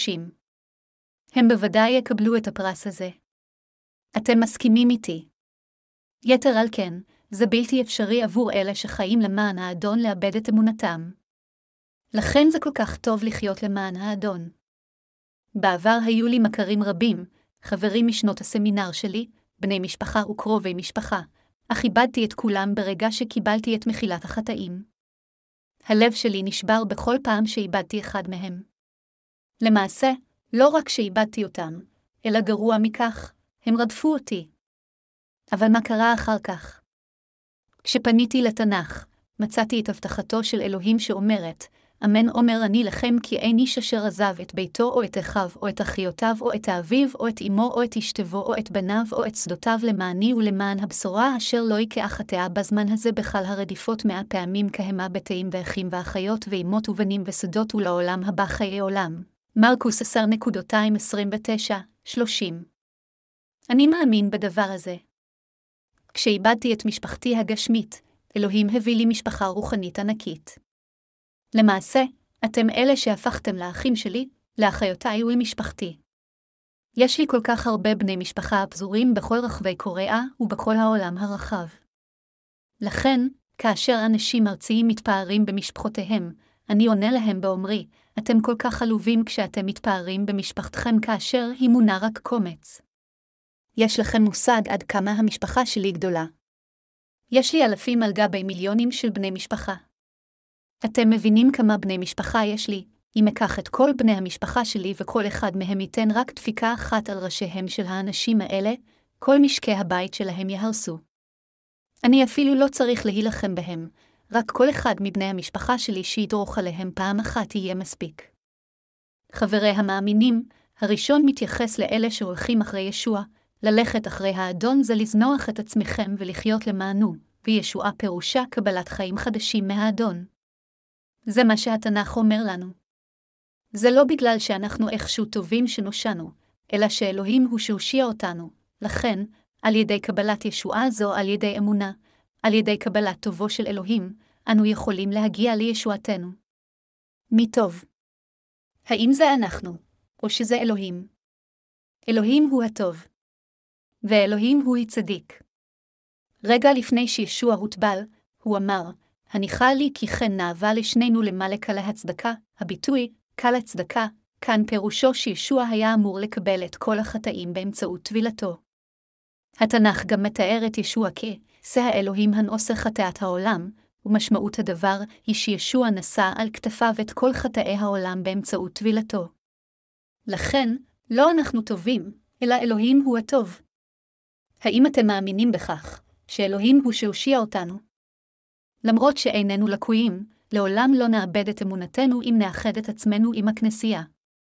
הם בוודאי יקבלו את הפרס הזה. אתם מסכימים איתי? יתר על כן, זה בלתי אפשרי עבור אלה שחיים למען האדון לאבד את אמונתם. לכן זה כל כך טוב לחיות למען האדון. בעבר היו לי מכרים רבים, חברים משנות הסמינר שלי, בני משפחה וקרובי משפחה, אך איבדתי את כולם ברגע שקיבלתי את מחילת החטאים. הלב שלי נשבר בכל פעם שאיבדתי אחד מהם. למעשה, לא רק שאיבדתי אותם, אלא גרוע מכך, הם רדפו אותי. אבל מה קרה אחר כך? כשפניתי לתנ"ך, מצאתי את הבטחתו של אלוהים שאומרת, אמן אומר אני לכם כי אין איש אשר עזב את ביתו או את אחיו או את אחיותיו או את אביו או את אמו או את אשתו או את בניו או את שדותיו למעני ולמען הבשורה אשר לא יקה חטאה בזמן הזה בכל הרדיפות 100 פעמים כהמה בתאים ואחים ואחיות ואימות ובנים ושדות ולעולם הבא חיי עולם. מרקוס 10:29-30. אני מאמין בדבר הזה. כשאיבדתי את משפחתי הגשמית, אלוהים הביא לי משפחה רוחנית ענקית. למעשה, אתם אלה שהפכתם לאחים שלי, לאחיותיי ולמשפחתי. יש לי כל כך הרבה בני משפחה הפזורים בכל רחבי קוריאה ובכל העולם הרחב. לכן, כאשר אנשים ארציים מתפארים במשפחותיהם, אני עונה להם באומרי, אתם כל כך עלובים כשאתם מתפארים במשפחתכם כאשר היא מונה רק קומץ. יש לכם מושג עד כמה המשפחה שלי גדולה. יש לי אלפים על גבי מיליונים של בני משפחה. אתם מבינים כמה בני משפחה יש לי, אם אקח את כל בני המשפחה שלי וכל אחד מהם ייתן רק דפיקה אחת על ראשיהם של האנשים האלה, כל משקי הבית שלהם יהרסו. אני אפילו לא צריך להילחם בהם, רק כל אחד מבני המשפחה שלי שידרוך עליהם פעם אחת יהיה מספיק. חברי המאמינים, הראשון מתייחס לאלה שהולכים אחרי ישוע, ללכת אחרי האדון זה לזנוח את עצמכם ולחיות למענו, וישוע פירושה קבלת חיים חדשים מהאדון. זה מה שהתנ"ך אומר לנו. זה לא בגלל שאנחנו איכשהו טובים שנושענו, אלא שאלוהים הוא שהושיע אותנו. לכן, על ידי קבלת ישועה זו, על ידי אמונה, על ידי קבלת טובו של אלוהים, אנו יכולים להגיע לישועתנו. מי טוב? האם זה אנחנו, או שזה אלוהים? אלוהים הוא הטוב. ואלוהים הוא צדיק. רגע לפני שישוע הוטבל, הוא אמר, הניחה לי כי כן נאווה לשנינו למלא קל הצדקה. הביטוי, קל הצדקה, כאן פירושו שישוע היה אמור לקבל את כל החטאים באמצעות טבילתו. התנ"ך גם מתאר את ישוע כ"שה האלוהים הנושא חטאת העולם", ומשמעות הדבר היא שישוע נשא על כתפיו את כל חטאי העולם באמצעות טבילתו. לכן, לא אנחנו טובים, אלא אלוהים הוא הטוב. האם אתם מאמינים בכך, שאלוהים הוא שהושיע אותנו? למרות שאיננו לקויים, לעולם לא נאבד את אמונתנו אם נאחד את עצמנו עם הכנסייה.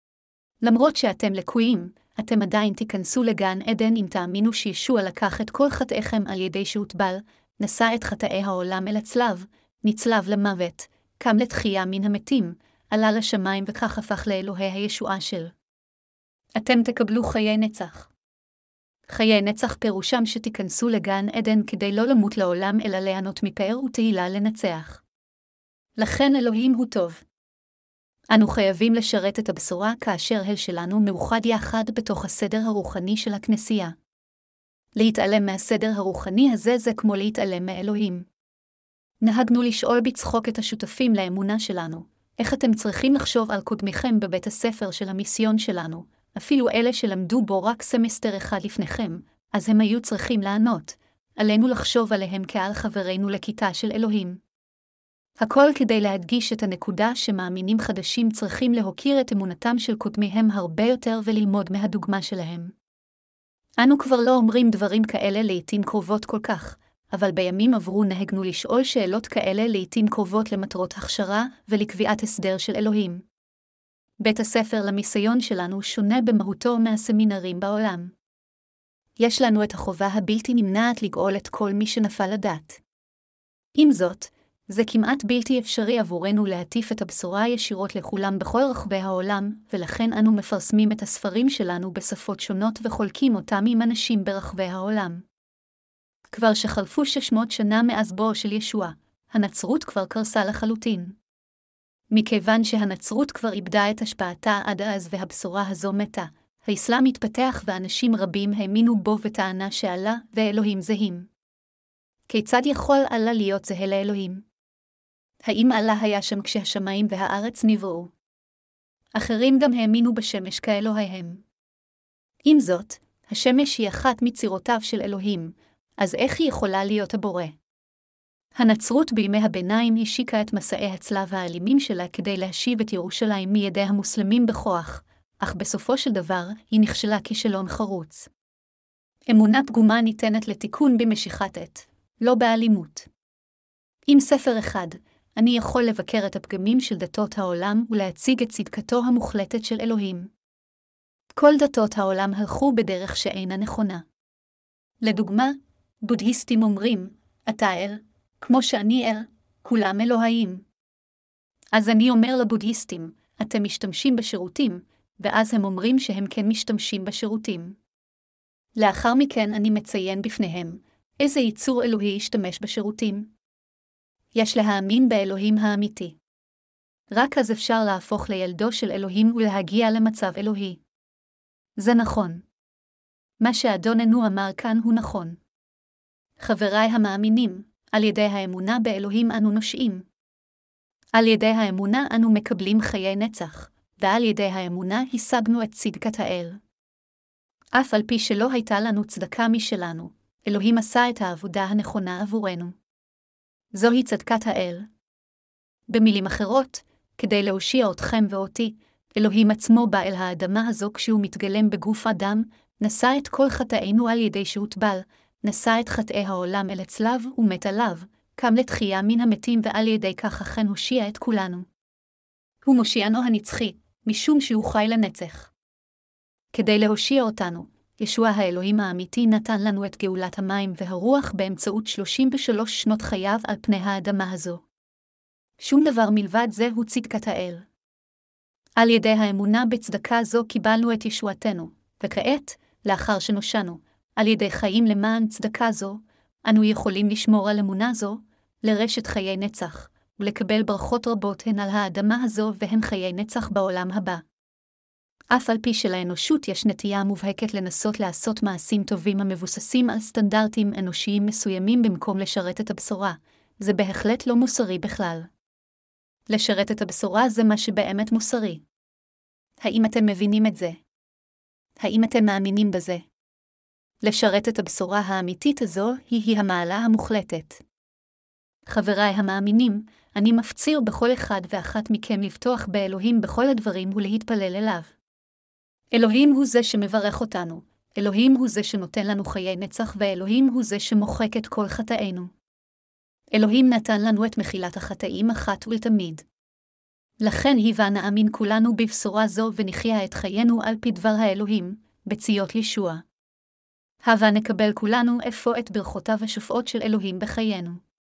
למרות שאתם לקויים, אתם עדיין תיכנסו לגן עדן אם תאמינו שישוע לקח את כל חטאיכם על ידי שהוטבל, נשא את חטאי העולם אל הצלב, נצלב למוות, קם לתחייה מן המתים, עלה לשמיים וכך הפך לאלוהי הישועה של. אתם תקבלו חיי נצח. חיי נצח פירושם שתיכנסו לגן עדן כדי לא למות לעולם אלא ליהנות מפאר ותהילה לנצח. לכן אלוהים הוא טוב. אנו חייבים לשרת את הבשורה כאשר הל שלנו מאוחד יחד בתוך הסדר הרוחני של הכנסייה. להתעלם מהסדר הרוחני הזה זה כמו להתעלם מאלוהים. נהגנו לשאול בצחוק את השותפים לאמונה שלנו, איך אתם צריכים לחשוב על קודמיכם בבית הספר של המיסיון שלנו, אפילו אלה שלמדו בו רק סמסטר אחד לפניכם, אז הם היו צריכים לענות, עלינו לחשוב עליהם כעל חברינו לכיתה של אלוהים. הכל כדי להדגיש את הנקודה שמאמינים חדשים צריכים להוקיר את אמונתם של קודמיהם הרבה יותר וללמוד מהדוגמה שלהם. אנו כבר לא אומרים דברים כאלה לעתים קרובות כל כך, אבל בימים עברו נהגנו לשאול שאלות כאלה לעתים קרובות למטרות הכשרה ולקביעת הסדר של אלוהים. בית הספר למיסיון שלנו שונה במהותו מהסמינרים בעולם. יש לנו את החובה הבלתי נמנעת לגאול את כל מי שנפל לדעת. עם זאת, זה כמעט בלתי אפשרי עבורנו להטיף את הבשורה ישירות לכולם בכל רחבי העולם, ולכן אנו מפרסמים את הספרים שלנו בשפות שונות וחולקים אותם עם אנשים ברחבי העולם. כבר שחלפו 600 שנה מאז בואו של ישוע, הנצרות כבר קרסה לחלוטין. מכיוון שהנצרות כבר איבדה את השפעתה עד אז והבשורה הזו מתה, האסלאם התפתח ואנשים רבים האמינו בו וטענה שאללה ואלוהים זהים. כיצד יכול אללה להיות זהה לאלוהים? האם אללה היה שם כשהשמיים והארץ נבראו? אחרים גם האמינו בשמש כאלוהיהם. עם זאת, השמש היא אחת מצירותיו של אלוהים, אז איך היא יכולה להיות הבורא? הנצרות בימי הביניים השיקה את מסעי הצלב האלימים שלה כדי להשיב את ירושלים מידי המוסלמים בכוח, אך בסופו של דבר היא נכשלה כישלון חרוץ. אמונה פגומה ניתנת לתיקון במשיכת עת, לא באלימות. עם ספר אחד, אני יכול לבקר את הפגמים של דתות העולם ולהציג את צדקתו המוחלטת של אלוהים. כל דתות העולם הלכו בדרך שאינה נכונה. לדוגמה, בודהיסטים אומרים, אתה אל, כמו שאני אל, כולם אלוהים. אז אני אומר לבודהיסטים, אתם משתמשים בשירותים, ואז הם אומרים שהם כן משתמשים בשירותים. לאחר מכן אני מציין בפניהם, איזה יצור אלוהי ישתמש בשירותים. יש להאמין באלוהים האמיתי. רק אז אפשר להפוך לילדו של אלוהים ולהגיע למצב אלוהי. זה נכון. מה שאדוננו אמר כאן הוא נכון. חבריי המאמינים, על ידי האמונה באלוהים אנו נושעים. על ידי האמונה אנו מקבלים חיי נצח, ועל ידי האמונה השגנו את צדקת האל. אף על פי שלא הייתה לנו צדקה משלנו, אלוהים עשה את העבודה הנכונה עבורנו. זוהי צדקת האל. במילים אחרות, כדי להושיע אתכם ואותי, אלוהים עצמו בא אל האדמה הזו כשהוא מתגלם בגוף אדם, נשא את כל חטאינו על ידי שהוטבל, נשא את חטאי העולם אל הצלב ומת עליו, קם לתחייה מן המתים ועל ידי כך אכן הושיע את כולנו. הוא מושיענו הנצחי, משום שהוא חי לנצח. כדי להושיע אותנו, ישוע האלוהים האמיתי נתן לנו את גאולת המים והרוח באמצעות 33 שנות חייו על פני האדמה הזו. שום דבר מלבד זה הוא צדקת האל. על ידי האמונה בצדקה זו קיבלנו את ישועתנו, וכעת, לאחר שנושענו, על ידי חיים למען צדקה זו, אנו יכולים לשמור על אמונה זו, לרשת חיי נצח, ולקבל ברכות רבות הן על האדמה הזו והן חיי נצח בעולם הבא. אף על פי שלאנושות יש נטייה מובהקת לנסות לעשות מעשים טובים המבוססים על סטנדרטים אנושיים מסוימים במקום לשרת את הבשורה, זה בהחלט לא מוסרי בכלל. לשרת את הבשורה זה מה שבאמת מוסרי. האם אתם מבינים את זה? האם אתם מאמינים בזה? לשרת את הבשורה האמיתית הזו היא המעלה המוחלטת. חבריי המאמינים, אני מפציר בכל אחד ואחת מכם לפתוח באלוהים בכל הדברים ולהתפלל אליו. אלוהים הוא זה שמברך אותנו, אלוהים הוא זה שנותן לנו חיי נצח ואלוהים הוא זה שמוחק את כל חטאינו. אלוהים נתן לנו את מחילת החטאים אחת ולתמיד. לכן היווה נאמין כולנו בבשורה זו ונחיה את חיינו על פי דבר האלוהים, בציות ישוע. הבה נקבל כולנו אפוא את ברכותיו השופעות של אלוהים בחיינו.